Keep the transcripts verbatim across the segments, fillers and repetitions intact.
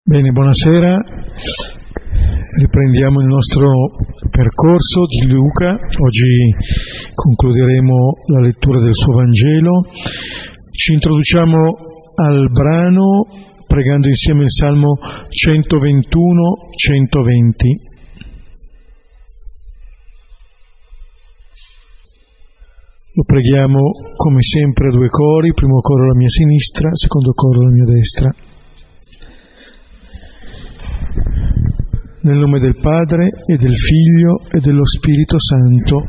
Bene, buonasera. Riprendiamo il nostro percorso di Luca. Oggi concluderemo la lettura del suo Vangelo. Ci introduciamo al brano pregando insieme il Salmo centoventuno centoventi. Lo preghiamo come sempre a due cori, primo coro alla mia sinistra, secondo coro alla mia destra. Nel nome del Padre e del Figlio e dello Spirito Santo.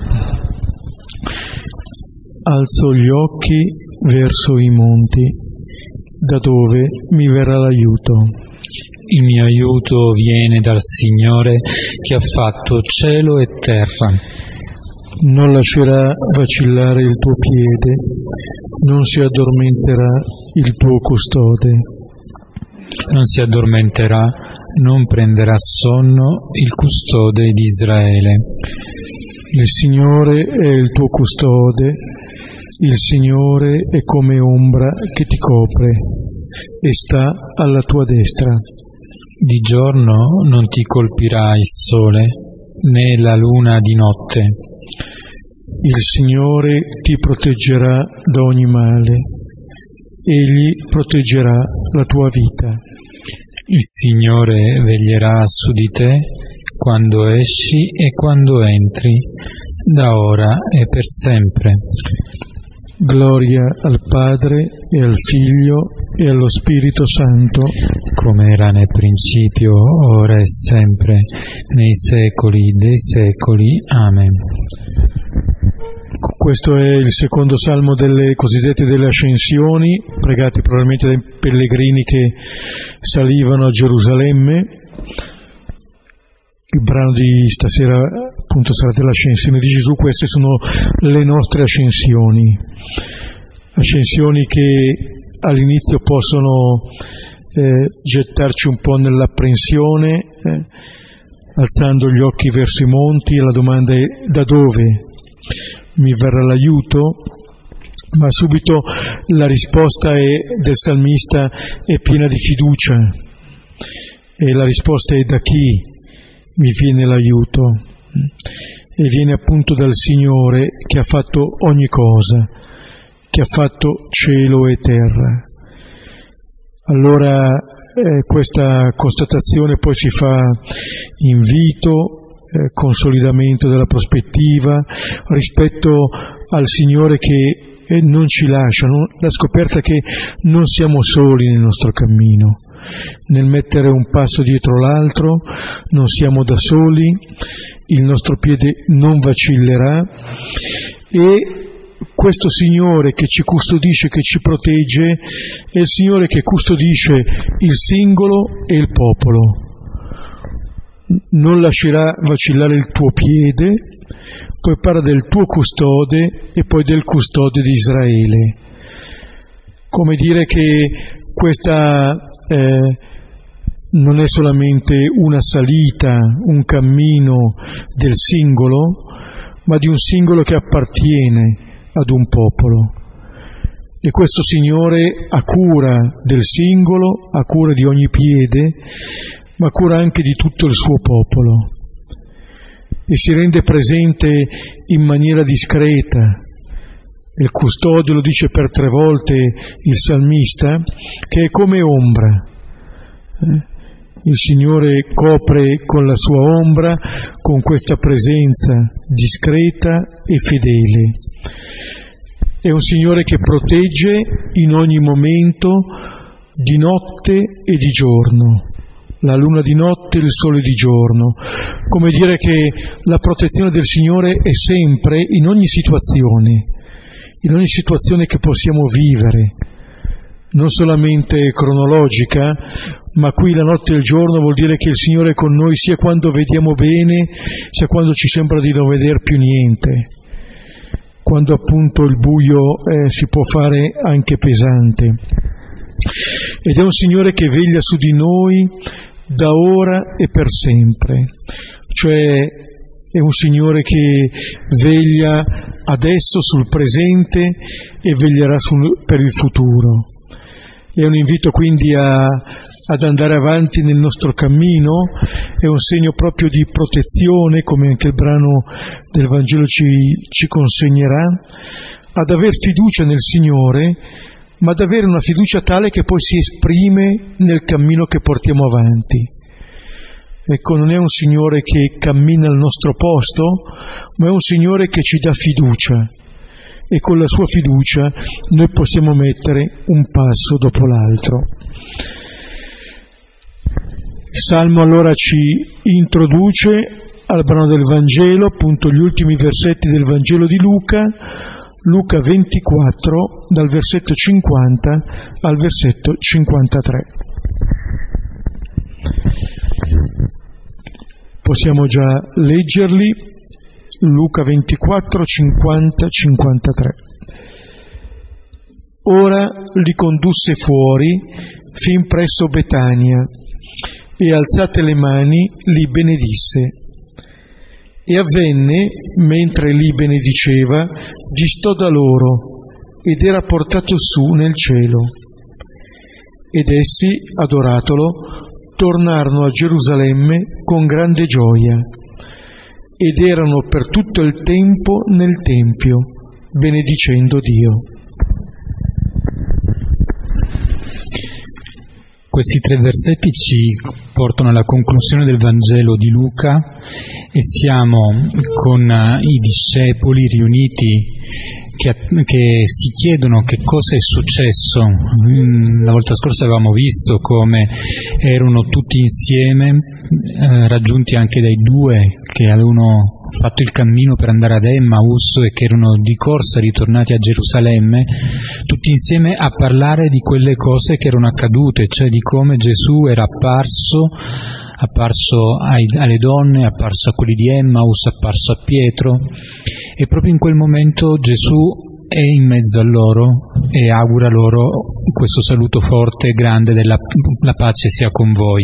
Alzo gli occhi verso i monti, da dove mi verrà l'aiuto. Il mio aiuto viene dal Signore che ha fatto cielo e terra. Non lascerà vacillare il tuo piede, non si addormenterà il tuo custode. Non si addormenterà, non prenderà sonno il custode di Israele. Il Signore è il tuo custode, il Signore è come ombra che ti copre e sta alla tua destra. Di giorno non ti colpirà il sole, né la luna di notte. Il Signore ti proteggerà da ogni male. Egli proteggerà la tua vita. Il Signore veglierà su di te quando esci e quando entri, da ora e per sempre. Gloria al Padre e al Figlio e allo Spirito Santo, come era nel principio, ora e sempre, nei secoli dei secoli. Amen. Questo è il secondo salmo delle cosiddette delle ascensioni, pregati probabilmente dai pellegrini che salivano a Gerusalemme. Il brano di stasera appunto sarà dell'ascensione di Gesù. Queste sono le nostre ascensioni, ascensioni che all'inizio possono eh, gettarci un po' nell'apprensione, eh, alzando gli occhi verso i monti, e la domanda è: da dove mi verrà l'aiuto? Ma subito la risposta è, del salmista è piena di fiducia, e la risposta è: da chi mi viene l'aiuto? E viene appunto dal Signore che ha fatto ogni cosa, che ha fatto cielo e terra. Allora eh, questa constatazione poi si fa invito, Eh, consolidamento della prospettiva rispetto al Signore che eh, non ci lascia, non, la scoperta che non siamo soli nel nostro cammino, nel mettere un passo dietro l'altro, non siamo da soli, il nostro piede non vacillerà, e questo Signore che ci custodisce, che ci protegge, è il Signore che custodisce il singolo e il popolo. Non lascerà vacillare il tuo piede, poi parla del tuo custode e poi del custode di Israele. Come dire che questa eh, non è solamente una salita, un cammino del singolo, ma di un singolo che appartiene ad un popolo. E questo Signore ha cura del singolo, ha cura di ogni piede, ma cura anche di tutto il suo popolo, e si rende presente in maniera discreta. Il custode lo dice per tre volte il salmista, che è come ombra. Il Signore copre con la sua ombra, con questa presenza discreta e fedele. È un Signore che protegge in ogni momento, di notte e di giorno. La luna di notte e il sole di giorno, come dire che la protezione del Signore è sempre, in ogni situazione, in ogni situazione che possiamo vivere, non solamente cronologica, ma qui la notte e il giorno vuol dire che il Signore è con noi sia quando vediamo bene, sia quando ci sembra di non veder più niente, quando appunto il buio eh, si può fare anche pesante. Ed è un Signore che veglia su di noi da ora e per sempre, cioè è un Signore che veglia adesso sul presente e veglierà sul, per il futuro. È un invito quindi a, ad andare avanti nel nostro cammino, è un segno proprio di protezione, come anche il brano del Vangelo ci, ci consegnerà, ad aver fiducia nel Signore, ma ad avere una fiducia tale che poi si esprime nel cammino che portiamo avanti. Ecco, non è un Signore che cammina al nostro posto, ma è un Signore che ci dà fiducia, e con la sua fiducia noi possiamo mettere un passo dopo l'altro. Il Salmo allora ci introduce al brano del Vangelo, appunto gli ultimi versetti del Vangelo di Luca, Luca ventiquattro, dal versetto cinquanta al versetto cinquantatré. Possiamo già leggerli. Luca ventiquattro, cinquanta, cinquantatré. Ora li condusse fuori fin presso Betania e alzate le mani li benedisse. E avvenne, mentre li benediceva, distò da loro ed era portato su nel cielo. Ed essi, adoratolo, tornarono a Gerusalemme con grande gioia. Ed erano per tutto il tempo nel Tempio, benedicendo Dio. Questi tre versetti ci portano alla conclusione del Vangelo di Luca e siamo con i discepoli riuniti che, che si chiedono che cosa è successo. La volta scorsa avevamo visto come erano tutti insieme, eh, raggiunti anche dai due che avevano fatto il cammino per andare ad Emmaus e che erano di corsa ritornati a Gerusalemme, tutti insieme a parlare di quelle cose che erano accadute, cioè di come Gesù era apparso, apparso ai, alle donne, apparso a quelli di Emmaus, apparso a Pietro, e proprio in quel momento Gesù è in mezzo a loro e augura loro questo saluto forte e grande della la pace sia con voi.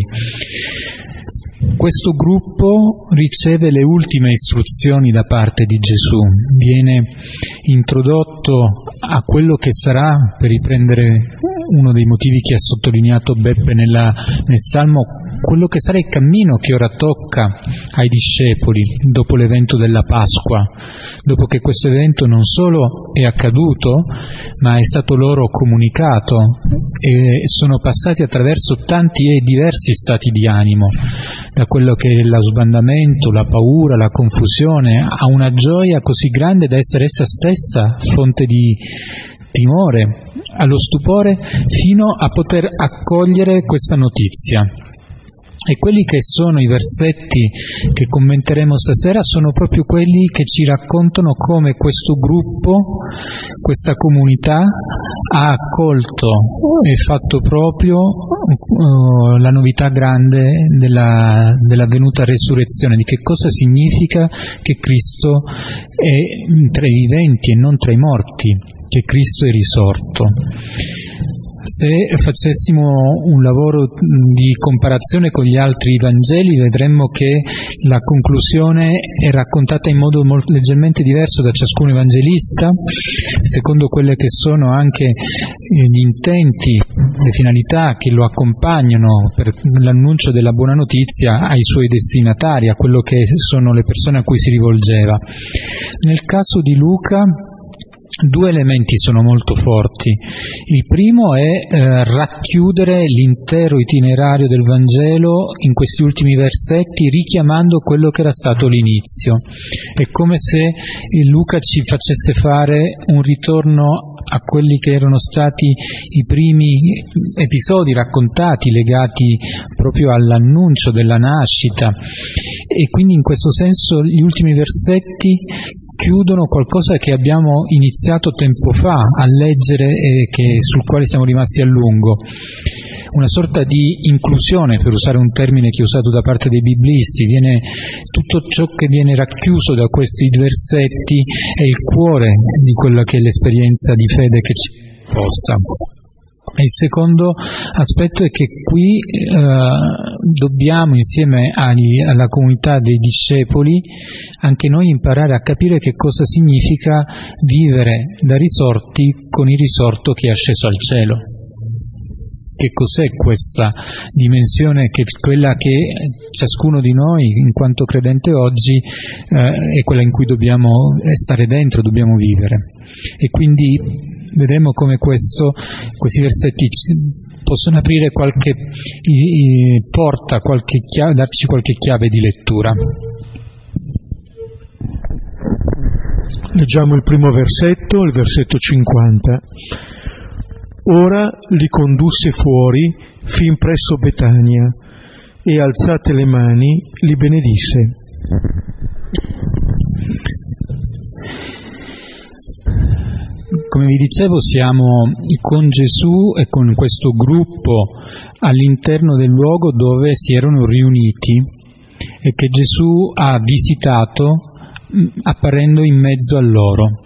Questo gruppo riceve le ultime istruzioni da parte di Gesù, viene introdotto a quello che sarà, per riprendere uno dei motivi che ha sottolineato Beppe nella, nel Salmo, quello che sarà il cammino che ora tocca ai discepoli dopo l'evento della Pasqua, dopo che questo evento non solo è accaduto, ma è stato loro comunicato e sono passati attraverso tanti e diversi stati di animo, da quello che è lo sbandamento, la paura, la confusione, a una gioia così grande da essere essa stessa fonte di timore, allo stupore, fino a poter accogliere questa notizia. E quelli che sono i versetti che commenteremo stasera sono proprio quelli che ci raccontano come questo gruppo, questa comunità, ha accolto e fatto proprio uh, la novità grande della, dell'avvenuta resurrezione, di che cosa significa che Cristo è tra i viventi e non tra i morti, che Cristo è risorto. Se facessimo un lavoro di comparazione con gli altri Vangeli, vedremmo che la conclusione è raccontata in modo molto, leggermente diverso da ciascun evangelista, secondo quelle che sono anche gli intenti, le finalità che lo accompagnano per l'annuncio della buona notizia ai suoi destinatari, a quello che sono le persone a cui si rivolgeva. Nel caso di Luca, due elementi sono molto forti. Il primo è eh, racchiudere l'intero itinerario del Vangelo in questi ultimi versetti, richiamando quello che era stato l'inizio. È come se Luca ci facesse fare un ritorno a quelli che erano stati i primi episodi raccontati, legati proprio all'annuncio della nascita, e quindi in questo senso gli ultimi versetti chiudono qualcosa che abbiamo iniziato tempo fa a leggere e che, sul quale siamo rimasti a lungo, una sorta di inclusione, per usare un termine che è usato da parte dei biblisti. Viene tutto ciò che viene racchiuso da questi versetti è il cuore di quella che è l'esperienza di fede che ci è posta. E il secondo aspetto è che qui eh, dobbiamo, insieme agli, alla comunità dei discepoli, anche noi imparare a capire che cosa significa vivere da risorti con il risorto che è asceso al cielo. che cos'è questa dimensione, che quella che ciascuno di noi in quanto credente oggi eh, è quella in cui dobbiamo stare dentro, dobbiamo vivere. E quindi vedremo come questo, questi versetti possono aprire qualche porta, qualche chiave, darci qualche chiave di lettura. Leggiamo il primo versetto, il versetto cinquanta. Ora li condusse fuori fin presso Betania e alzate le mani li benedisse. Come vi dicevo, siamo con Gesù e con questo gruppo all'interno del luogo dove si erano riuniti e che Gesù ha visitato apparendo in mezzo a loro.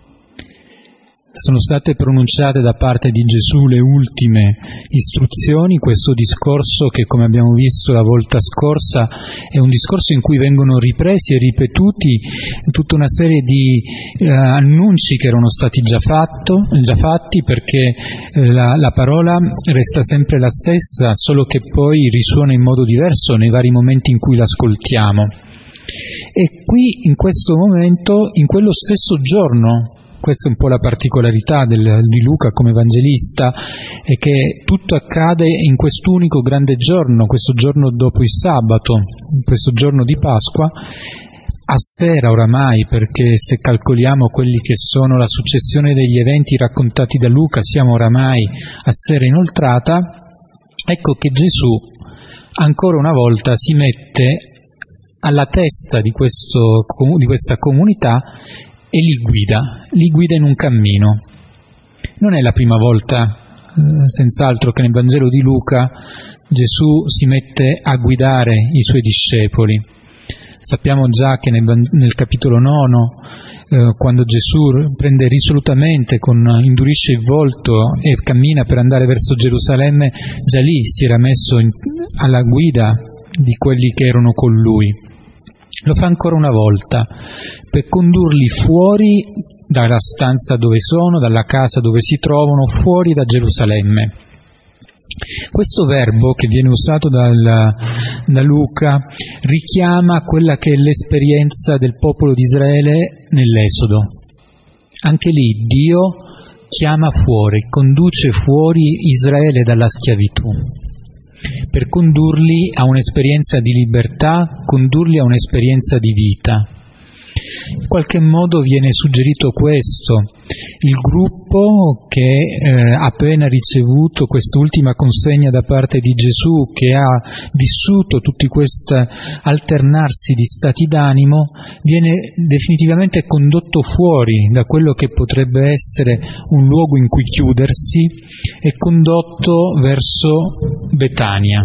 Sono state pronunciate da parte di Gesù le ultime istruzioni, questo discorso che, come abbiamo visto la volta scorsa, è un discorso in cui vengono ripresi e ripetuti tutta una serie di eh, annunci che erano stati già, fatto, già fatti, perché eh, la, la parola resta sempre la stessa, solo che poi risuona in modo diverso nei vari momenti in cui l'ascoltiamo. E qui, in questo momento, in quello stesso giorno, questa è un po' la particolarità del, di Luca come evangelista, è che tutto accade in quest'unico grande giorno, questo giorno dopo il sabato, questo giorno di Pasqua, a sera oramai, perché se calcoliamo quelli che sono la successione degli eventi raccontati da Luca, siamo oramai a sera inoltrata. Ecco che Gesù ancora una volta si mette alla testa di, questo, di questa comunità e li guida, li guida in un cammino. Non è la prima volta, eh, senz'altro, che nel Vangelo di Luca Gesù si mette a guidare i suoi discepoli. Sappiamo già che nel, nel capitolo nono, eh, quando Gesù prende risolutamente, con, indurisce il volto e cammina per andare verso Gerusalemme, già lì si era messo in, alla guida di quelli che erano con lui. Lo fa ancora una volta, per condurli fuori dalla stanza dove sono, dalla casa dove si trovano, fuori da Gerusalemme. Questo verbo che viene usato dal, da Luca richiama quella che è l'esperienza del popolo di Israele nell'Esodo. Anche lì Dio chiama fuori, conduce fuori Israele dalla schiavitù, per condurli a un'esperienza di libertà, condurli a un'esperienza di vita. In qualche modo viene suggerito questo. Il gruppo che eh, ha appena ricevuto quest'ultima consegna da parte di Gesù, che ha vissuto tutti questo alternarsi di stati d'animo, viene definitivamente condotto fuori da quello che potrebbe essere un luogo in cui chiudersi e condotto verso Betania.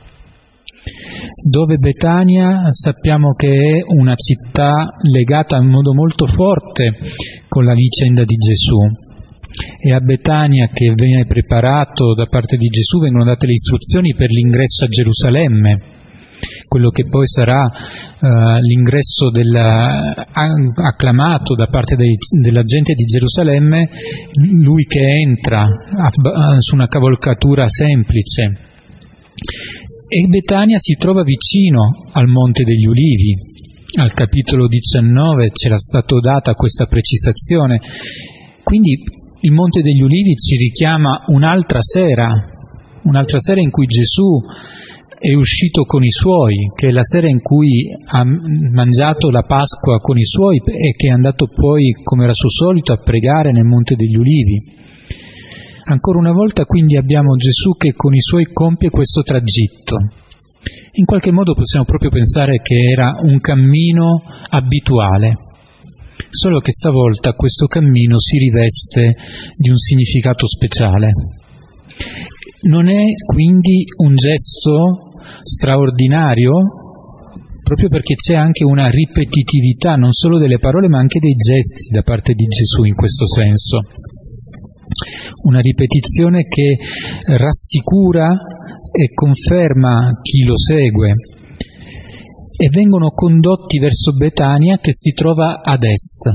Dove Betania sappiamo che è una città legata in modo molto forte con la vicenda di Gesù. E a Betania, che viene preparato da parte di Gesù, vengono date le istruzioni per l'ingresso a Gerusalemme, quello che poi sarà uh, l'ingresso della, acclamato da parte dei, della gente di Gerusalemme, lui che entra a, a, su una cavalcatura semplice. E Betania si trova vicino al Monte degli Ulivi. Al capitolo diciannove c'era stata data questa precisazione. Quindi il Monte degli Ulivi ci richiama un'altra sera, un'altra sera in cui Gesù è uscito con i suoi, che è la sera in cui ha mangiato la Pasqua con i suoi e che è andato poi, come era suo solito, a pregare nel Monte degli Ulivi. Ancora una volta quindi abbiamo Gesù che con i suoi compie questo tragitto. In qualche modo possiamo proprio pensare che era un cammino abituale, solo che stavolta questo cammino si riveste di un significato speciale. Non è quindi un gesto straordinario, proprio perché c'è anche una ripetitività non solo delle parole ma anche dei gesti da parte di Gesù in questo senso. Una ripetizione che rassicura e conferma chi lo segue, e vengono condotti verso Betania, che si trova ad est.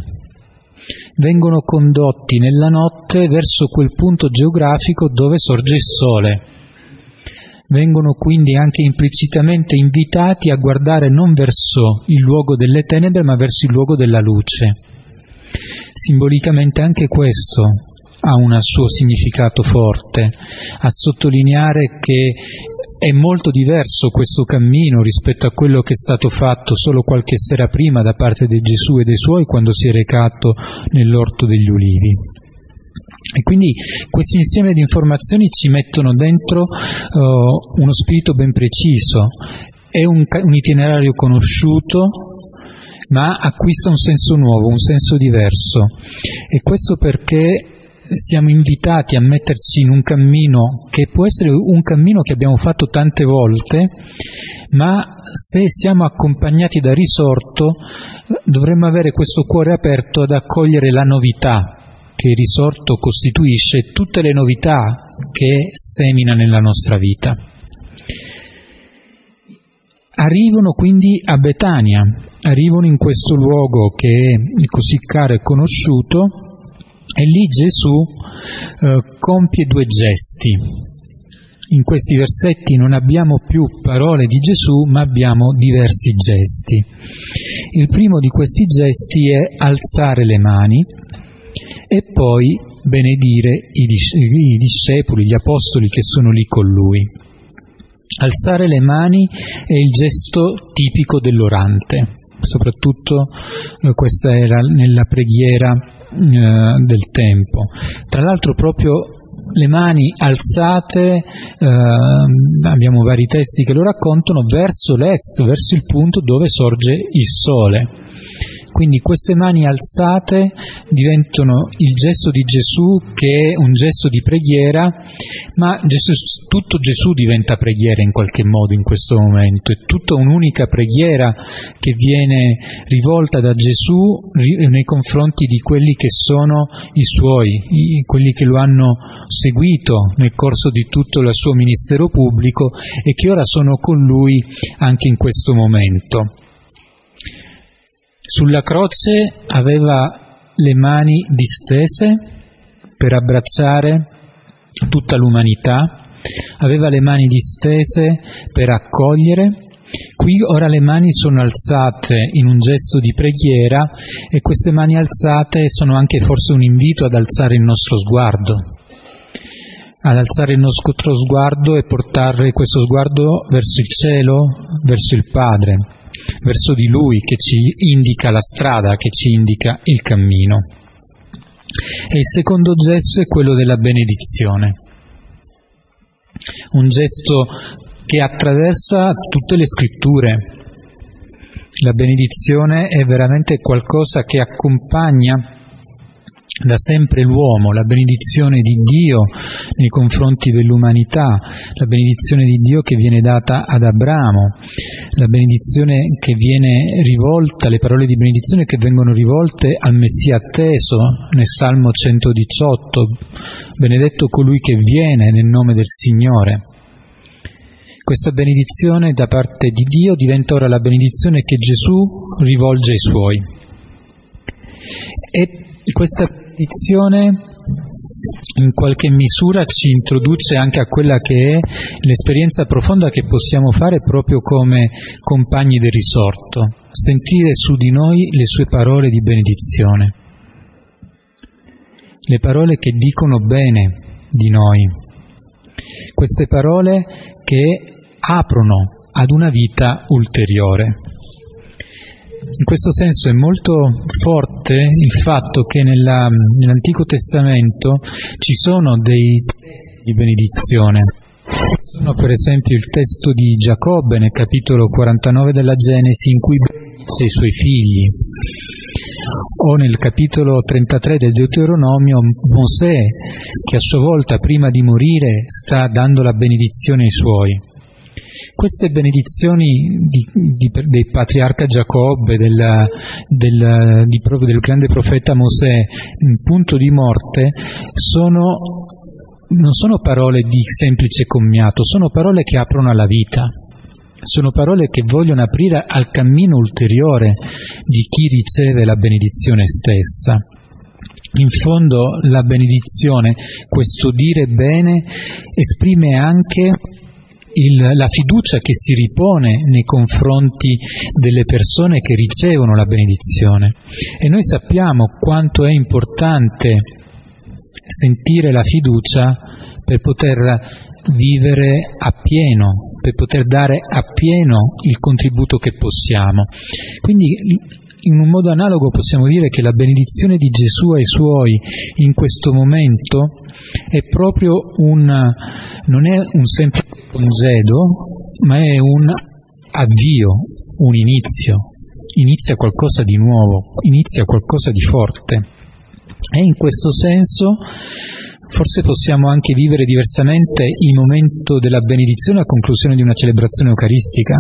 Vengono condotti nella notte verso quel punto geografico dove sorge il sole. vengono quindi anche implicitamente invitati a guardare non verso il luogo delle tenebre, ma verso il luogo della luce. Simbolicamente anche questo ha un suo significato forte, a sottolineare che è molto diverso questo cammino rispetto a quello che è stato fatto solo qualche sera prima da parte di Gesù e dei Suoi quando si è recato nell'Orto degli Ulivi. E quindi questi insieme di informazioni ci mettono dentro uh, uno spirito ben preciso. È un, un itinerario conosciuto, ma acquista un senso nuovo, un senso diverso. E questo perché siamo invitati a metterci in un cammino che può essere un cammino che abbiamo fatto tante volte, ma se siamo accompagnati da risorto dovremmo avere questo cuore aperto ad accogliere la novità che il risorto costituisce, tutte le novità che semina nella nostra vita. Arrivano quindi a Betania, arrivano in questo luogo che è così caro e conosciuto, e lì Gesù eh, compie due gesti. In questi versetti non abbiamo più parole di Gesù, ma abbiamo diversi gesti. Il primo di questi gesti è alzare le mani e poi benedire i, dis- i discepoli, gli apostoli che sono lì con lui. Alzare le mani è il gesto tipico dell'orante, soprattutto eh, questa era nella preghiera eh, del tempo. Tra l'altro proprio le mani alzate, eh, abbiamo vari testi che lo raccontano, verso l'est, verso il punto dove sorge il sole. Quindi queste mani alzate diventano il gesto di Gesù, che è un gesto di preghiera, ma Gesù, tutto Gesù diventa preghiera in qualche modo in questo momento, è tutta un'unica preghiera che viene rivolta da Gesù nei confronti di quelli che sono i suoi, quelli che lo hanno seguito nel corso di tutto il suo ministero pubblico e che ora sono con lui anche in questo momento. Sulla croce aveva le mani distese per abbracciare tutta l'umanità, aveva le mani distese per accogliere. Qui ora le mani sono alzate in un gesto di preghiera e queste mani alzate sono anche forse un invito ad alzare il nostro sguardo, ad alzare il nostro sguardo e portare questo sguardo verso il cielo, verso il Padre, verso di Lui che ci indica la strada, che ci indica il cammino. E il secondo gesto è quello della benedizione, un gesto che attraversa tutte le scritture. La benedizione è veramente qualcosa che accompagna da sempre l'uomo, la benedizione di Dio nei confronti dell'umanità, la benedizione di Dio che viene data ad Abramo, la benedizione che viene rivolta, le parole di benedizione che vengono rivolte al Messia atteso nel Salmo centodiciotto, benedetto colui che viene nel nome del Signore. Questa benedizione da parte di Dio diventa ora la benedizione che Gesù rivolge ai Suoi. E questa benedizione in qualche misura ci introduce anche a quella che è l'esperienza profonda che possiamo fare proprio come compagni del risorto, sentire su di noi le sue parole di benedizione, le parole che dicono bene di noi, queste parole che aprono ad una vita ulteriore. In questo senso è molto forte il fatto che nella, nell'Antico Testamento ci sono dei testi di benedizione. Sono per esempio il testo di Giacobbe nel capitolo quarantanove della Genesi in cui benedice i suoi figli, o nel capitolo trentatré del Deuteronomio Mosè che a sua volta prima di morire sta dando la benedizione ai suoi. Queste benedizioni di, di, del patriarca Giacobbe, del, del, di, del grande profeta Mosè, in punto di morte, sono, non sono parole di semplice commiato, sono parole che aprono alla vita, sono parole che vogliono aprire al cammino ulteriore di chi riceve la benedizione stessa. In fondo la benedizione, questo dire bene, esprime anche il, la fiducia che si ripone nei confronti delle persone che ricevono la benedizione. E noi sappiamo quanto è importante sentire la fiducia per poter vivere appieno, per poter dare appieno il contributo che possiamo. Quindi in un modo analogo possiamo dire che la benedizione di Gesù ai Suoi in questo momento è proprio un, non è un semplice congedo, ma è un avvio, un inizio. Inizia qualcosa di nuovo, inizia qualcosa di forte. E in questo senso forse possiamo anche vivere diversamente il momento della benedizione a conclusione di una celebrazione eucaristica.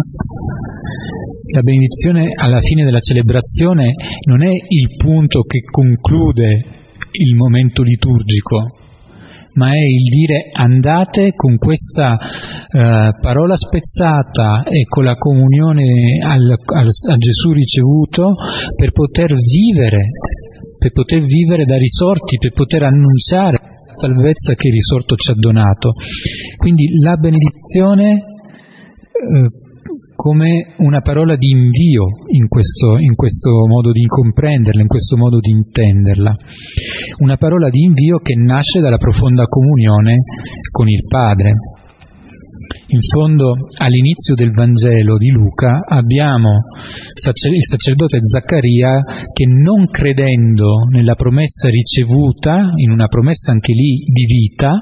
La benedizione alla fine della celebrazione non è il punto che conclude il momento liturgico, ma è il dire andate con questa eh, parola spezzata e con la comunione al, al, a Gesù ricevuto per poter vivere, per poter vivere da risorti, per poter annunciare la salvezza che il risorto ci ha donato. Quindi la benedizione eh, come una parola di invio in questo, in questo modo di comprenderla, in questo modo di intenderla. Una parola di invio che nasce dalla profonda comunione con il Padre. In fondo, all'inizio del Vangelo di Luca abbiamo il sacerdote Zaccaria che, non credendo nella promessa ricevuta, in una promessa anche lì di vita,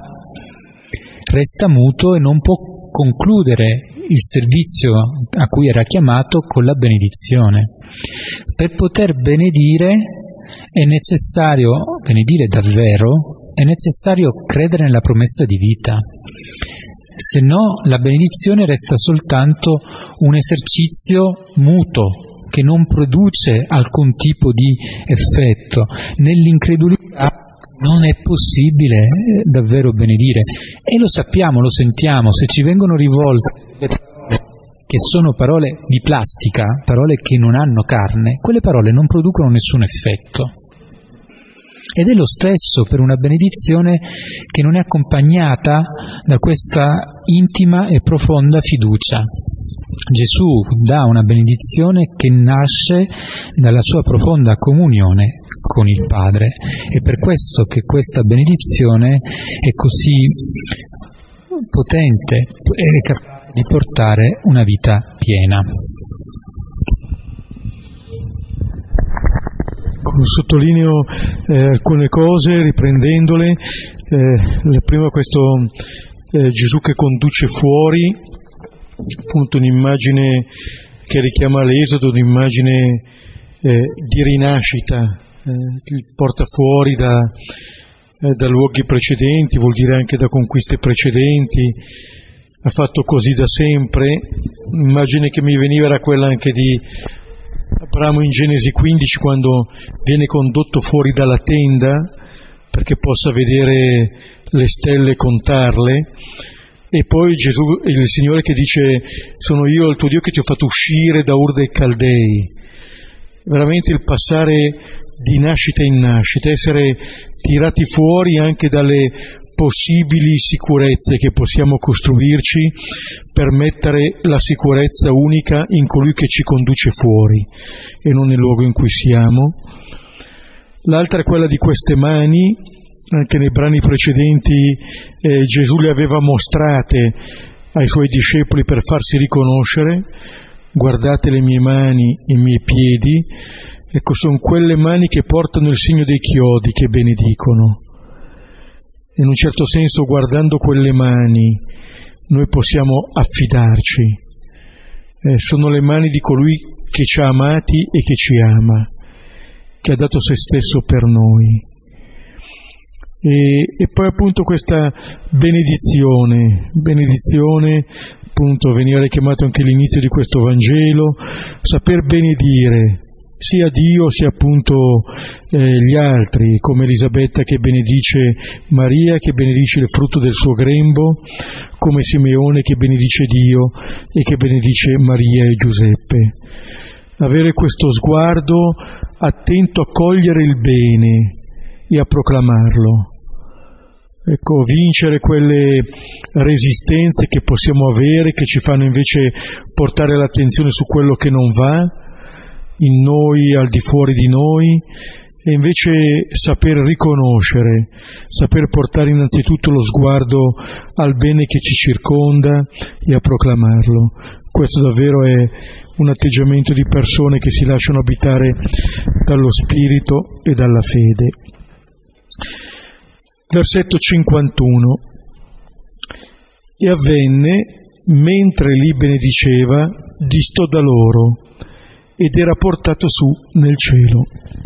resta muto e non può concludere il servizio a cui era chiamato con la benedizione. Per poter benedire è necessario, benedire davvero, è necessario credere nella promessa di vita. Se no, la benedizione resta soltanto un esercizio muto, che non produce alcun tipo di effetto. Nell'incredulità non è possibile davvero benedire. E lo sappiamo, lo sentiamo, se ci vengono rivolte che sono parole di plastica, parole che non hanno carne, quelle parole non producono nessun effetto. Ed è lo stesso per una benedizione che non è accompagnata da questa intima e profonda fiducia. Gesù dà una benedizione che nasce dalla sua profonda comunione con il Padre. È per questo che questa benedizione è così potente e capace di portare una vita piena. Sottolineo eh, alcune cose riprendendole. Eh, prima questo eh, Gesù che conduce fuori, appunto un'immagine che richiama l'Esodo, un'immagine eh, di rinascita, eh, che porta fuori da, eh, da luoghi precedenti, vuol dire anche da conquiste precedenti. Ha fatto così da sempre. L'immagine che mi veniva era quella anche di Abramo in Genesi quindici, quando viene condotto fuori dalla tenda perché possa vedere le stelle e contarle, e poi Gesù, il Signore che dice: sono io il tuo Dio che ti ho fatto uscire da Ur dei Caldei. Veramente il passare di nascita in nascita, essere tirati fuori anche dalle possibili sicurezze che possiamo costruirci per mettere la sicurezza unica in colui che ci conduce fuori e non nel luogo in cui siamo. L'altra è quella di queste mani. Anche nei brani precedenti eh, Gesù le aveva mostrate ai suoi discepoli per farsi riconoscere. Guardate le mie mani, i miei piedi. Ecco, sono quelle mani che portano il segno dei chiodi, che benedicono. In un certo senso, guardando quelle mani, noi possiamo affidarci. Eh, sono le mani di colui che ci ha amati e che ci ama, che ha dato se stesso per noi. E, e poi appunto questa benedizione, benedizione appunto veniva richiamato anche all'inizio di questo Vangelo, saper benedire sia Dio sia appunto eh, gli altri, come Elisabetta che benedice Maria, che benedice il frutto del suo grembo, come Simeone che benedice Dio e che benedice Maria e Giuseppe. Avere questo sguardo attento a cogliere il bene e a proclamarlo. ecco, vincere quelle resistenze che possiamo avere, che ci fanno invece portare l'attenzione su quello che non va, in noi, al di fuori di noi, e invece saper riconoscere, saper portare innanzitutto lo sguardo al bene che ci circonda e a proclamarlo. Questo davvero è un atteggiamento di persone che si lasciano abitare dallo Spirito e dalla fede. Versetto cinquantuno. E avvenne, mentre li benediceva, distò da loro ed era portato su nel cielo.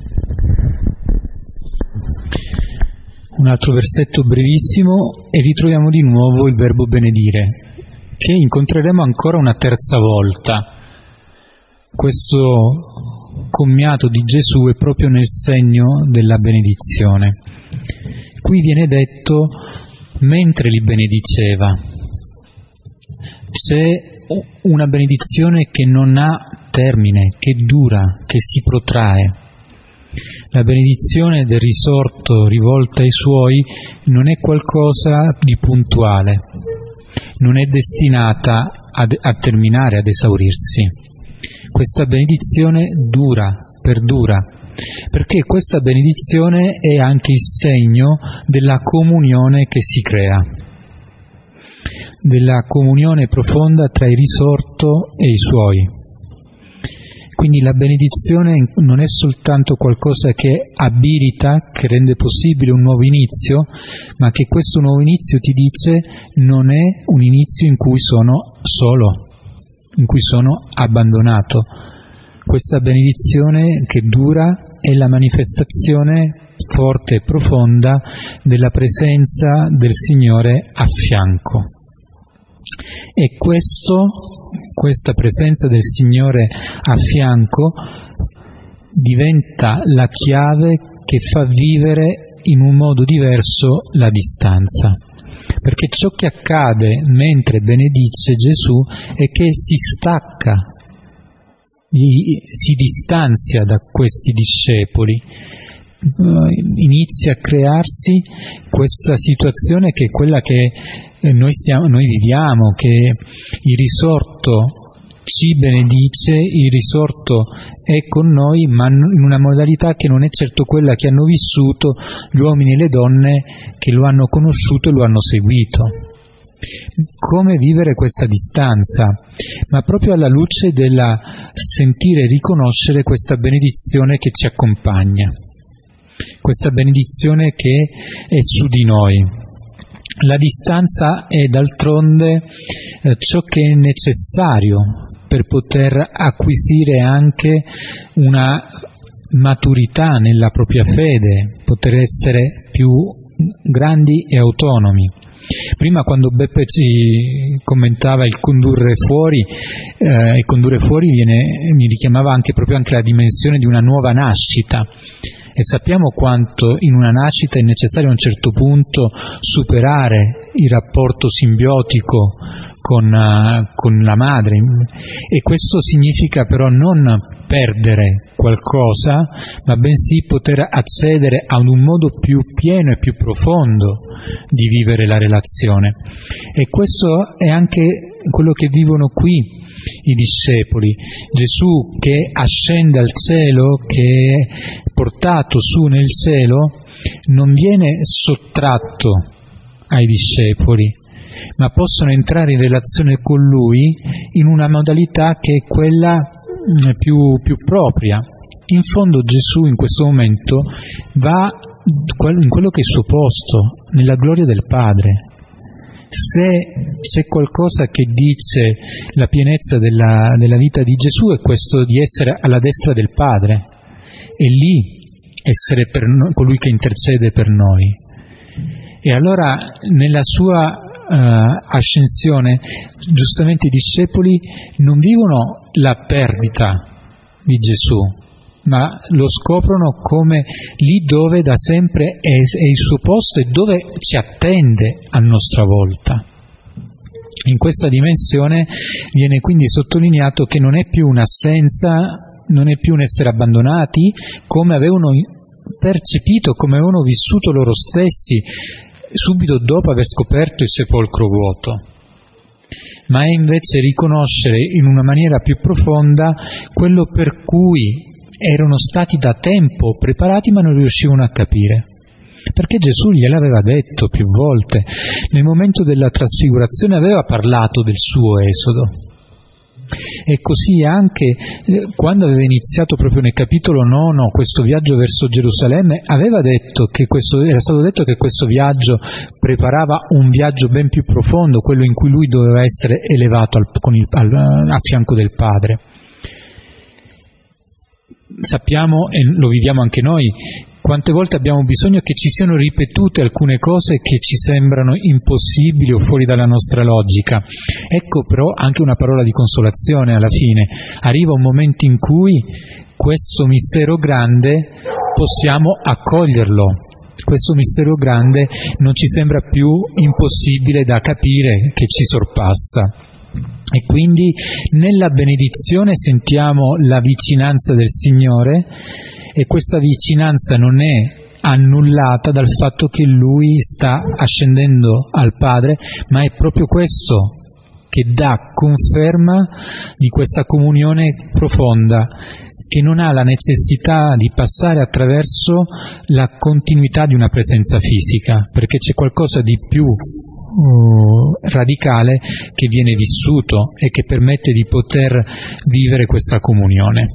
Un altro versetto brevissimo e ritroviamo di nuovo il verbo benedire, che incontreremo ancora una terza volta. Questo commiato di Gesù è proprio nel segno della benedizione. Qui viene detto mentre li benediceva. C'è una benedizione che non ha termine, che dura, che si protrae. La benedizione del risorto rivolta ai suoi non è qualcosa di puntuale, non è destinata a, a terminare, ad esaurirsi. Questa benedizione dura, perdura, perché questa benedizione è anche il segno della comunione che si crea, della comunione profonda tra il risorto e i suoi. Quindi la benedizione non è soltanto qualcosa che abilita, che rende possibile un nuovo inizio, ma che questo nuovo inizio, ti dice, non è un inizio in cui sono solo, in cui sono abbandonato. Questa benedizione che dura è la manifestazione forte e profonda della presenza del Signore a fianco. E questo, questa presenza del Signore a fianco diventa la chiave che fa vivere in un modo diverso la distanza. Perché ciò che accade mentre benedice Gesù è che si stacca, si distanzia da questi discepoli, inizia a crearsi questa situazione che è quella che noi, stiamo, noi viviamo, che il risorto ci benedice, il risorto è con noi, ma in una modalità che non è certo quella che hanno vissuto gli uomini e le donne che lo hanno conosciuto e lo hanno seguito. Come vivere questa distanza? Ma proprio alla luce della sentire e riconoscere questa benedizione che ci accompagna, questa benedizione che è su di noi. La distanza è d'altronde eh, ciò che è necessario per poter acquisire anche una maturità nella propria fede, poter essere più grandi e autonomi. Prima, quando Beppe ci commentava il condurre fuori, eh, il condurre fuori viene, mi richiamava anche proprio anche la dimensione di una nuova nascita. E sappiamo quanto in una nascita è necessario a un certo punto superare il rapporto simbiotico con, uh, con la madre, e questo significa però non perdere qualcosa, ma bensì poter accedere a un modo più pieno e più profondo di vivere la relazione. E questo è anche quello che vivono qui i discepoli. Gesù che ascende al cielo, che è portato su nel cielo, non viene sottratto ai discepoli, ma possono entrare in relazione con Lui in una modalità che è quella più, più propria. In fondo Gesù in questo momento va in quello che è il suo posto, nella gloria del Padre. Se c'è qualcosa che dice la pienezza della, della vita di Gesù, è questo di essere alla destra del Padre, e lì essere per noi, colui che intercede per noi. E allora nella sua uh, ascensione, giustamente i discepoli non vivono la perdita di Gesù, ma lo scoprono come lì dove da sempre è, è il suo posto e dove ci attende a nostra volta. In questa dimensione viene quindi sottolineato che non è più un'assenza, non è più un essere abbandonati, come avevano percepito, come avevano vissuto loro stessi subito dopo aver scoperto il sepolcro vuoto, ma è invece riconoscere in una maniera più profonda quello per cui erano stati da tempo preparati ma non riuscivano a capire. Perché Gesù gliel'aveva detto più volte, nel momento della trasfigurazione aveva parlato del suo esodo. E così anche quando aveva iniziato proprio nel capitolo nono questo viaggio verso Gerusalemme, aveva detto che questo, era stato detto che questo viaggio preparava un viaggio ben più profondo, quello in cui lui doveva essere elevato al, con il, al, a fianco del Padre. Sappiamo, e lo viviamo anche noi, quante volte abbiamo bisogno che ci siano ripetute alcune cose che ci sembrano impossibili o fuori dalla nostra logica. Ecco però anche una parola di consolazione alla fine. Arriva un momento in cui questo mistero grande possiamo accoglierlo. Questo mistero grande non ci sembra più impossibile da capire, che ci sorpassa. E quindi nella benedizione sentiamo la vicinanza del Signore, e questa vicinanza non è annullata dal fatto che Lui sta ascendendo al Padre, ma è proprio questo che dà conferma di questa comunione profonda, che non ha la necessità di passare attraverso la continuità di una presenza fisica, perché c'è qualcosa di più uh, radicale che viene vissuto e che permette di poter vivere questa comunione.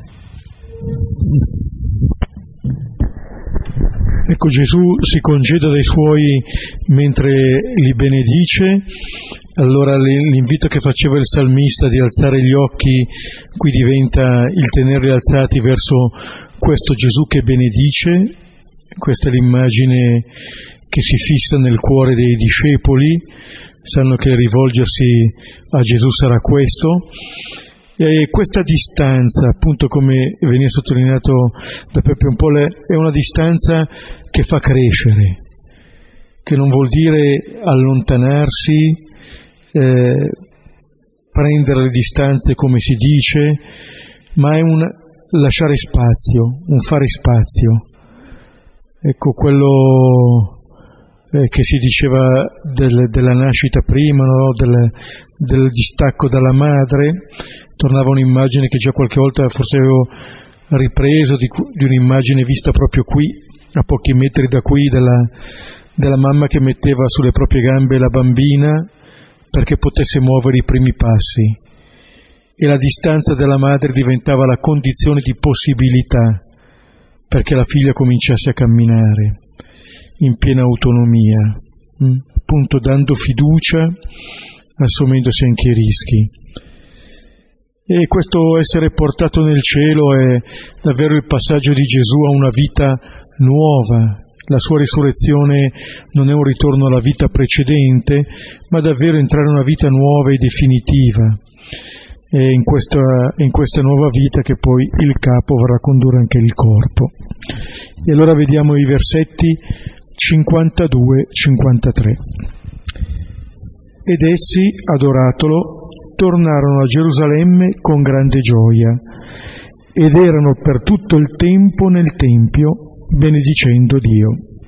Ecco, Gesù si congeda dai suoi mentre li benedice. Allora l'invito che faceva il salmista di alzare gli occhi qui diventa il tenerli alzati verso questo Gesù che benedice. Questa è l'immagine che si fissa nel cuore dei discepoli, sanno che rivolgersi a Gesù sarà questo. E questa distanza, appunto come veniva sottolineato da Peppe un po', è una distanza che fa crescere, che non vuol dire allontanarsi, eh, prendere le distanze come si dice, ma è un lasciare spazio, un fare spazio. Ecco quello eh, che si diceva del, della nascita prima, no? del, del distacco dalla madre. Tornava un'immagine che già qualche volta forse avevo ripreso, di, di un'immagine vista proprio qui, a pochi metri da qui, della, della mamma che metteva sulle proprie gambe la bambina perché potesse muovere i primi passi. E la distanza della madre diventava la condizione di possibilità perché la figlia cominciasse a camminare in piena autonomia, mh? appunto dando fiducia, assumendosi anche i rischi. E questo essere portato nel cielo è davvero il passaggio di Gesù a una vita nuova. La sua risurrezione non è un ritorno alla vita precedente, ma davvero entrare in una vita nuova e definitiva. E in questa, in questa nuova vita che poi il capo vorrà condurre anche il corpo. E allora vediamo i versetti cinquantadue cinquantatré. Ed essi, adoratolo, tornarono a Gerusalemme con grande gioia ed erano per tutto il tempo nel Tempio benedicendo Dio.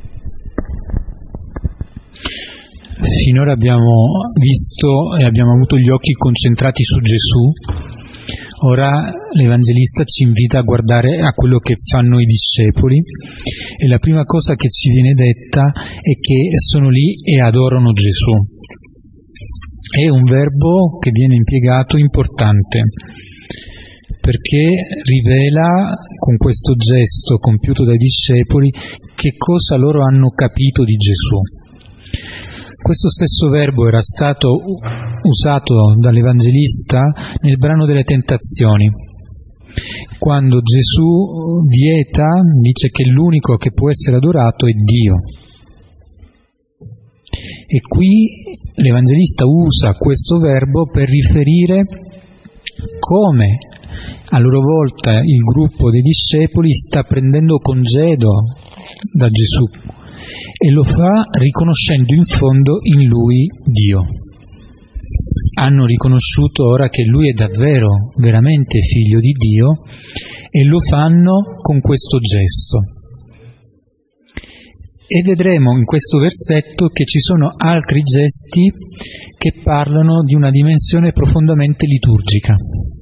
Finora abbiamo visto e abbiamo avuto gli occhi concentrati su Gesù. Ora l'Evangelista ci invita a guardare a quello che fanno i discepoli, e la prima cosa che ci viene detta è che sono lì e adorano Gesù. È un verbo che viene impiegato importante, perché rivela con questo gesto compiuto dai discepoli che cosa loro hanno capito di Gesù. Questo stesso verbo era stato usato dall'Evangelista nel brano delle tentazioni, quando Gesù vieta, dice che l'unico che può essere adorato è Dio. E qui l'Evangelista usa questo verbo per riferire come a loro volta il gruppo dei discepoli sta prendendo congedo da Gesù, e lo fa riconoscendo in fondo in Lui Dio. Hanno riconosciuto ora che Lui è davvero, veramente figlio di Dio, e lo fanno con questo gesto. E vedremo in questo versetto che ci sono altri gesti che parlano di una dimensione profondamente liturgica.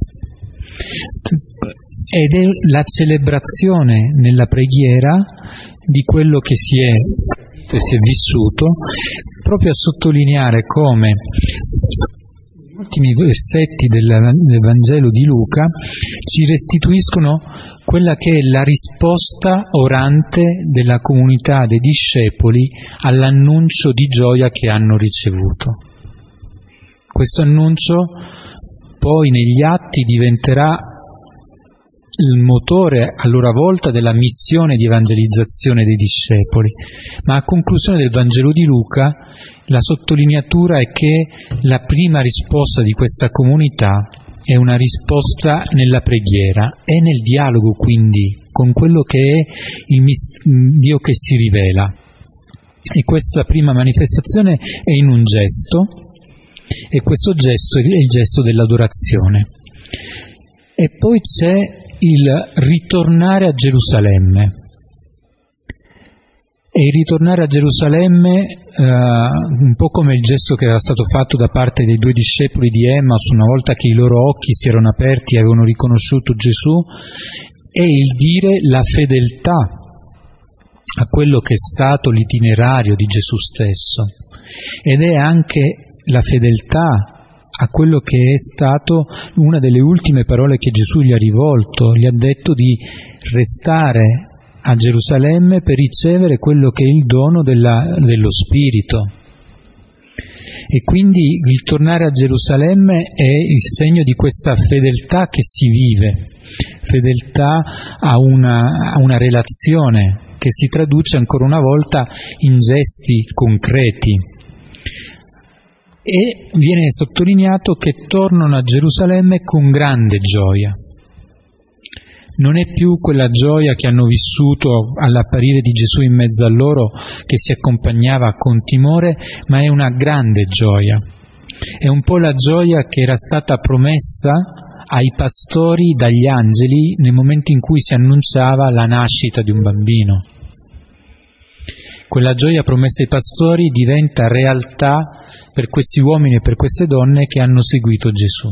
Ed è la celebrazione nella preghiera di quello che si è, che si è vissuto, proprio a sottolineare come gli ultimi versetti del, del Vangelo di Luca ci restituiscono quella che è la risposta orante della comunità dei discepoli all'annuncio di gioia che hanno ricevuto. Questo annuncio poi negli atti diventerà il motore a loro volta della missione di evangelizzazione dei discepoli, ma a conclusione del Vangelo di Luca la sottolineatura è che la prima risposta di questa comunità è una risposta nella preghiera e nel dialogo quindi con quello che è il Dio che si rivela. E questa prima manifestazione è in un gesto, e questo gesto è il gesto dell'adorazione. E poi c'è il ritornare a Gerusalemme. E il ritornare a Gerusalemme, eh, un po' come il gesto che era stato fatto da parte dei due discepoli di Emmaus una volta che i loro occhi si erano aperti e avevano riconosciuto Gesù, è il dire la fedeltà a quello che è stato l'itinerario di Gesù stesso, ed è anche la fedeltà a quello che è stato una delle ultime parole che Gesù gli ha rivolto. Gli ha detto di restare a Gerusalemme per ricevere quello che è il dono della, dello Spirito. E quindi il tornare a Gerusalemme è il segno di questa fedeltà che si vive, fedeltà a una, a una relazione che si traduce ancora una volta in gesti concreti. E viene sottolineato che tornano a Gerusalemme con grande gioia. Non è più quella gioia che hanno vissuto all'apparire di Gesù in mezzo a loro, che si accompagnava con timore, ma è una grande gioia. È un po' la gioia che era stata promessa ai pastori dagli angeli nel momento in cui si annunciava la nascita di un bambino. Quella gioia promessa ai pastori diventa realtà per questi uomini e per queste donne che hanno seguito Gesù.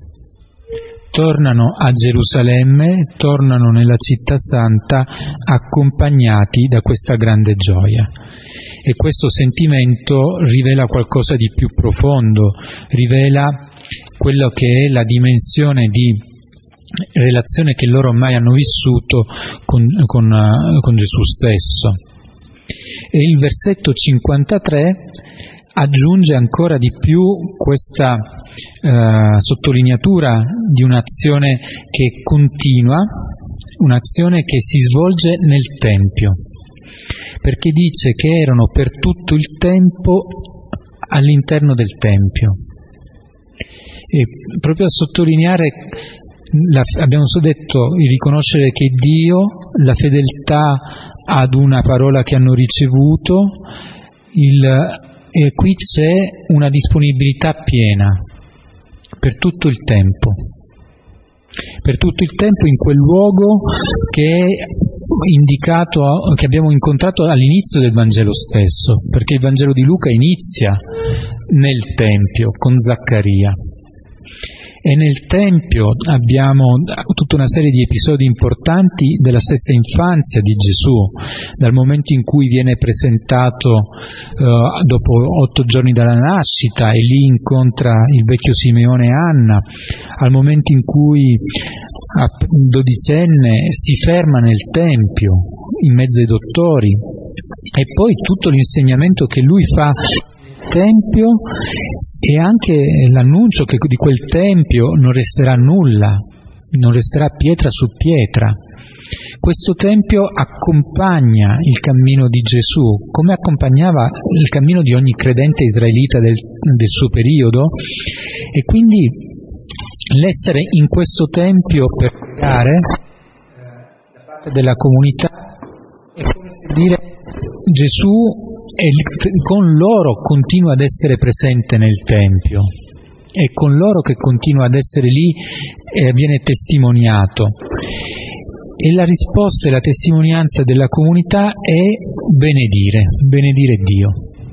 Tornano a Gerusalemme, tornano nella città santa accompagnati da questa grande gioia. E questo sentimento rivela qualcosa di più profondo, rivela quello che è la dimensione di relazione che loro ormai hanno vissuto con, con, con Gesù stesso. E il versetto cinquantatré aggiunge ancora di più questa eh, sottolineatura di un'azione che continua, un'azione che si svolge nel Tempio, perché dice che erano per tutto il tempo all'interno del Tempio. E proprio a sottolineare, la, abbiamo detto, il riconoscere che Dio, la fedeltà ad una parola che hanno ricevuto, il E qui c'è una disponibilità piena per tutto il tempo, per tutto il tempo in quel luogo che è indicato, che abbiamo incontrato all'inizio del Vangelo stesso, perché il Vangelo di Luca inizia nel Tempio con Zaccaria. E nel Tempio abbiamo tutta una serie di episodi importanti della stessa infanzia di Gesù, dal momento in cui viene presentato eh, dopo otto giorni dalla nascita e lì incontra il vecchio Simeone e Anna, al momento in cui a dodicenne si ferma nel Tempio in mezzo ai dottori, e poi tutto l'insegnamento che lui fa nel Tempio e anche l'annuncio che di quel Tempio non resterà nulla, non resterà pietra su pietra. Questo Tempio accompagna il cammino di Gesù, come accompagnava il cammino di ogni credente israelita del, del suo periodo, e quindi l'essere in questo Tempio per pregare da parte della comunità è come se dire Gesù e con loro continua ad essere presente nel Tempio, è con loro che continua ad essere lì e viene testimoniato. e la risposta e la testimonianza della comunità è benedire, benedire Dio.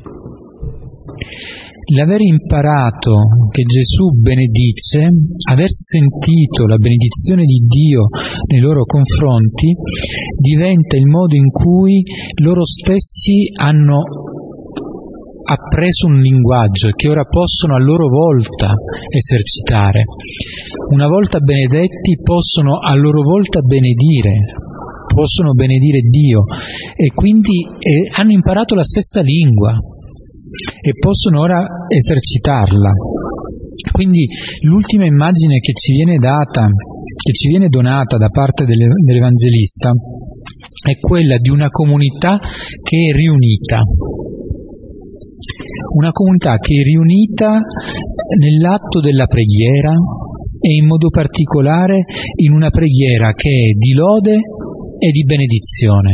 L'aver imparato che Gesù benedice, aver sentito la benedizione di Dio nei loro confronti, diventa il modo in cui loro stessi hanno appreso un linguaggio che ora possono a loro volta esercitare. Una volta benedetti possono a loro volta benedire, possono benedire Dio e quindi eh, hanno imparato la stessa lingua e possono ora esercitarla. Quindi l'ultima immagine che ci viene data, che ci viene donata da parte dell'Evangelista è quella di una comunità che è riunita. Una comunità che è riunita nell'atto della preghiera e in modo particolare in una preghiera che è di lode e di benedizione.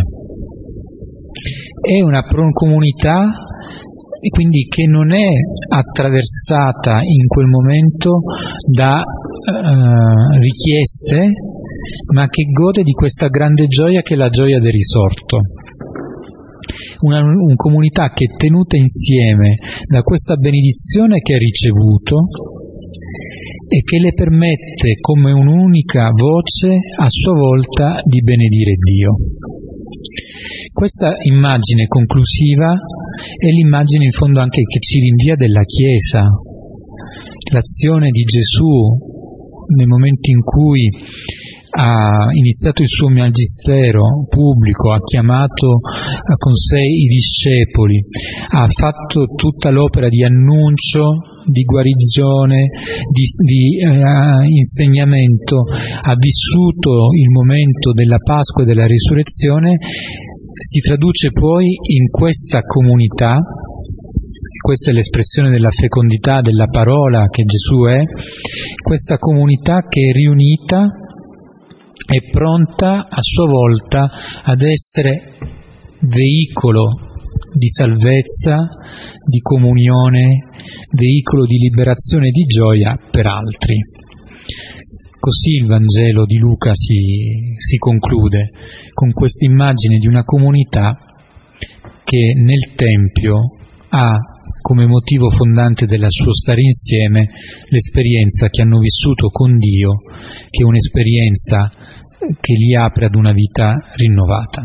È una comunità e quindi che non è attraversata in quel momento da eh, richieste, ma che gode di questa grande gioia che è la gioia del risorto. Una, una comunità che è tenuta insieme da questa benedizione che ha ricevuto e che le permette come un'unica voce a sua volta di benedire Dio. Questa immagine conclusiva è l'immagine in fondo anche che ci rinvia della Chiesa. L'azione di Gesù nei momenti in cui ha iniziato il suo magistero pubblico, ha chiamato con sé i discepoli, ha fatto tutta l'opera di annuncio, di guarigione, di, di eh, insegnamento, ha vissuto il momento della Pasqua e della Risurrezione, si traduce poi in questa comunità. Questa è l'espressione della fecondità della parola che Gesù è, questa comunità che è riunita è pronta a sua volta ad essere veicolo di salvezza, di comunione, veicolo di liberazione e di gioia per altri. Così il Vangelo di Luca si, si conclude con questa immagine di una comunità che nel Tempio ha come motivo fondante del suo stare insieme l'esperienza che hanno vissuto con Dio, che è un'esperienza che li apre ad una vita rinnovata.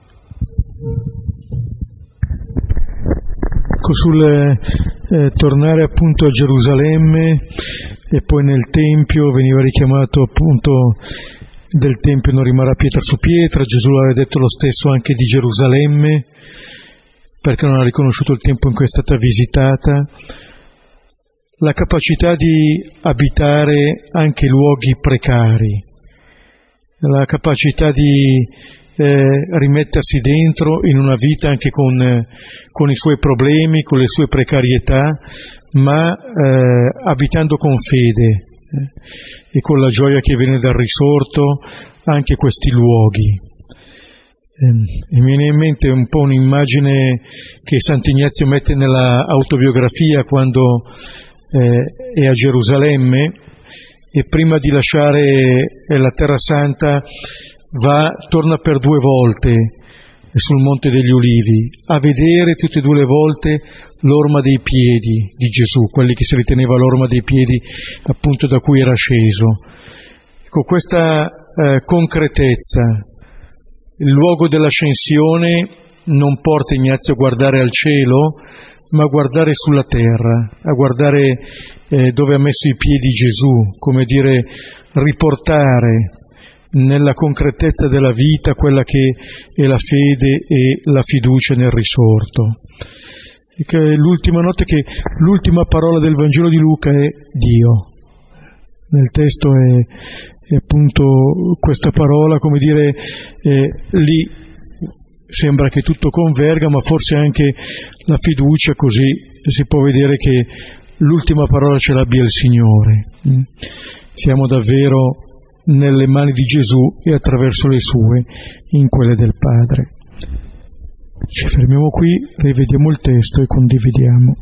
Ecco, sul eh, tornare appunto a Gerusalemme e poi nel Tempio veniva richiamato appunto del Tempio non rimarrà pietra su pietra, Gesù aveva detto lo stesso anche di Gerusalemme, perché non ha riconosciuto il tempo in cui è stata visitata, la capacità di abitare anche luoghi precari, la capacità di eh, rimettersi dentro in una vita anche con, eh, con i suoi problemi, con le sue precarietà, ma eh, abitando con fede eh, e con la gioia che viene dal risorto anche questi luoghi. E mi viene in mente un po' un'immagine che Sant'Ignazio mette nella autobiografia quando eh, è a Gerusalemme e prima di lasciare la Terra Santa va, torna per due volte sul Monte degli Ulivi a vedere tutte e due le volte l'orma dei piedi di Gesù, quelli che si riteneva l'orma dei piedi appunto da cui era sceso. Ecco, questa eh, concretezza. Il luogo dell'ascensione non porta Ignazio a guardare al cielo, ma a guardare sulla terra, a guardare eh, dove ha messo i piedi Gesù, come dire, riportare nella concretezza della vita quella che è la fede e la fiducia nel risorto. E che l'ultima nota che l'ultima parola del Vangelo di Luca è Dio. Nel testo è, è appunto questa parola, come dire, eh, lì sembra che tutto converga, ma forse anche la fiducia, così si può vedere che l'ultima parola ce l'abbia il Signore. Siamo davvero nelle mani di Gesù e attraverso le sue in quelle del Padre. Ci fermiamo qui, rivediamo il testo e condividiamo.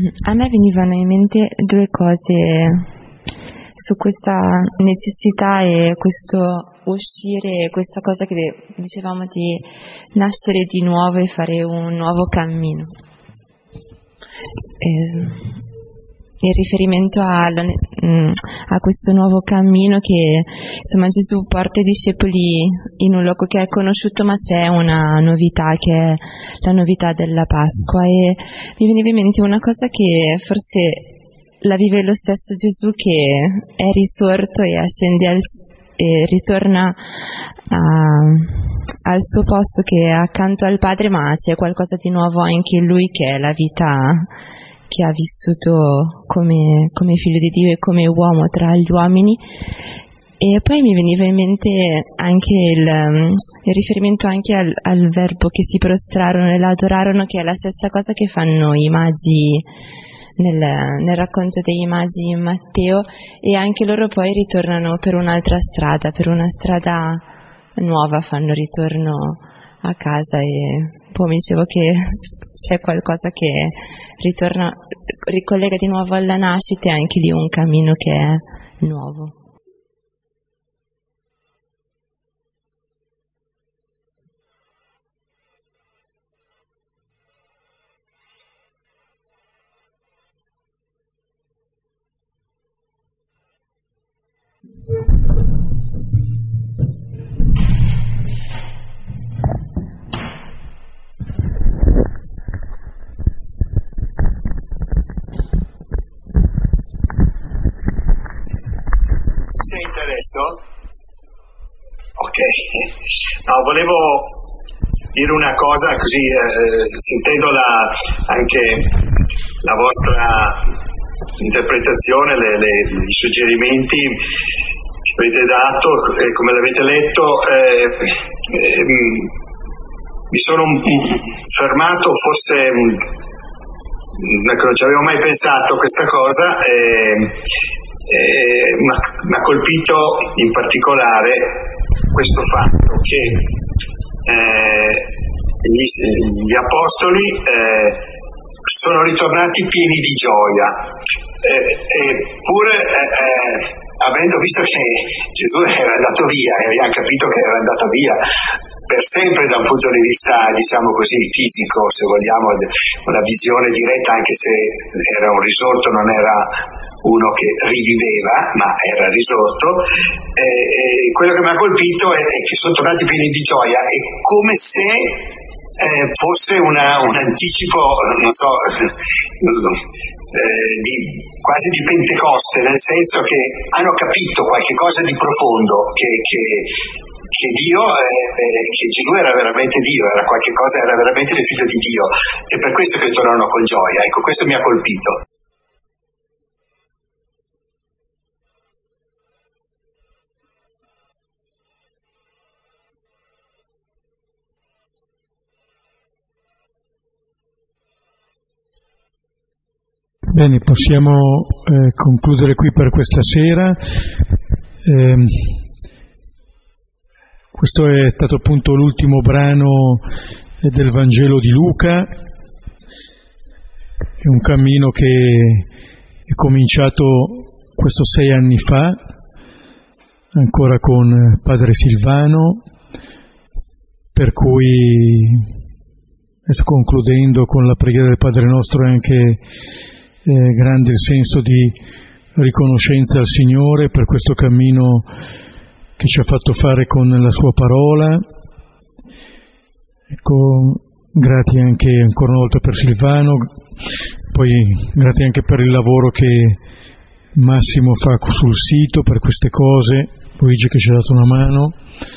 A me venivano in mente due cose su questa necessità e questo uscire, questa cosa che dicevamo di nascere di nuovo e fare un nuovo cammino. E, in riferimento a, a questo nuovo cammino che insomma Gesù porta i discepoli in un luogo che è conosciuto, ma c'è una novità che è la novità della Pasqua, e mi veniva in mente una cosa che forse la vive lo stesso Gesù, che è risorto e ascende al, e ritorna a, al suo posto che è accanto al Padre, ma c'è qualcosa di nuovo anche in lui, che è la vita che ha vissuto come, come figlio di Dio e come uomo tra gli uomini. E poi mi veniva in mente anche il, il riferimento anche al, al verbo che si prostrarono e l'adorarono, che è la stessa cosa che fanno i magi nel, nel racconto dei magi in Matteo, e anche loro poi ritornano per un'altra strada, per una strada nuova, fanno ritorno a casa. E poi mi dicevo che c'è qualcosa che ritorna, ricollega di nuovo alla nascita, e anche lì un cammino che è nuovo. Si sente adesso? Ok. No, volevo dire una cosa così, eh, sentendo la, anche la vostra interpretazione, le, le, i suggerimenti che avete dato e eh, come l'avete letto, eh, eh, mi sono un, fermato, forse ecco, non ci avevo mai pensato a questa cosa. Eh, Eh, mi ha colpito in particolare questo fatto che eh, gli, gli apostoli eh, sono ritornati pieni di gioia, eh, eppure eh, avendo visto che Gesù era andato via e abbiamo capito che era andato via per sempre da un punto di vista, diciamo così, fisico, se vogliamo, una visione diretta, anche se era un risorto, non era uno che riviveva, ma era risorto. E, e quello che mi ha colpito è, è che sono tornati pieni di gioia, è come se eh, fosse una, un anticipo, non so, eh, di, quasi di Pentecoste, nel senso che hanno capito qualche cosa di profondo, che, che che Dio, eh, che Gesù era veramente Dio, era qualche cosa, era veramente il figlio di Dio, e per questo che tornano con gioia. Ecco, questo mi ha colpito. Bene, possiamo eh, concludere qui per questa sera. Eh, Questo è stato appunto l'ultimo brano del Vangelo di Luca. È un cammino che è cominciato questo sei anni fa, ancora con Padre Silvano, per cui, adesso concludendo con la preghiera del Padre Nostro, è anche eh, grande il senso di riconoscenza al Signore per questo cammino che ci ha fatto fare con la sua parola. Ecco, grazie anche ancora una volta per Silvano, poi grazie anche per il lavoro che Massimo fa sul sito per queste cose, Luigi che ci ha dato una mano.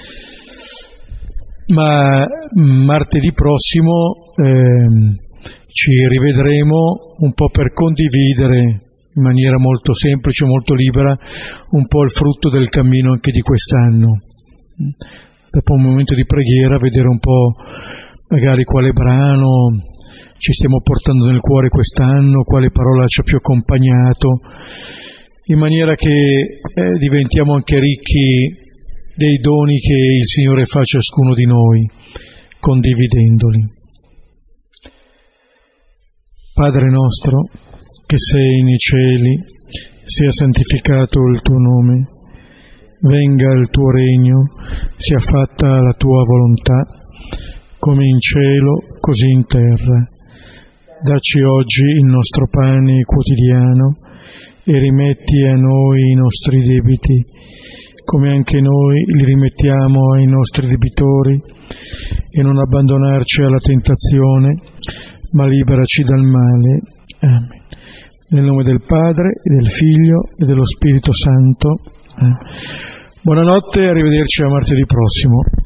Ma martedì prossimo eh, ci rivedremo un po' per condividere in maniera molto semplice, molto libera, un po' il frutto del cammino anche di quest'anno. Dopo un momento di preghiera, vedere un po' magari quale brano ci stiamo portando nel cuore quest'anno, quale parola ci ha più accompagnato, in maniera che eh, diventiamo anche ricchi dei doni che il Signore fa a ciascuno di noi, condividendoli. Padre nostro, che sei nei cieli, sia santificato il tuo nome, venga il tuo regno, sia fatta la tua volontà, come in cielo, così in terra. Dacci oggi il nostro pane quotidiano e rimetti a noi i nostri debiti, come anche noi li rimettiamo ai nostri debitori, e non abbandonarci alla tentazione, ma liberaci dal male. Amen. Nel nome del Padre, e del Figlio, e dello Spirito Santo. Amen. Buonanotte e arrivederci a martedì prossimo.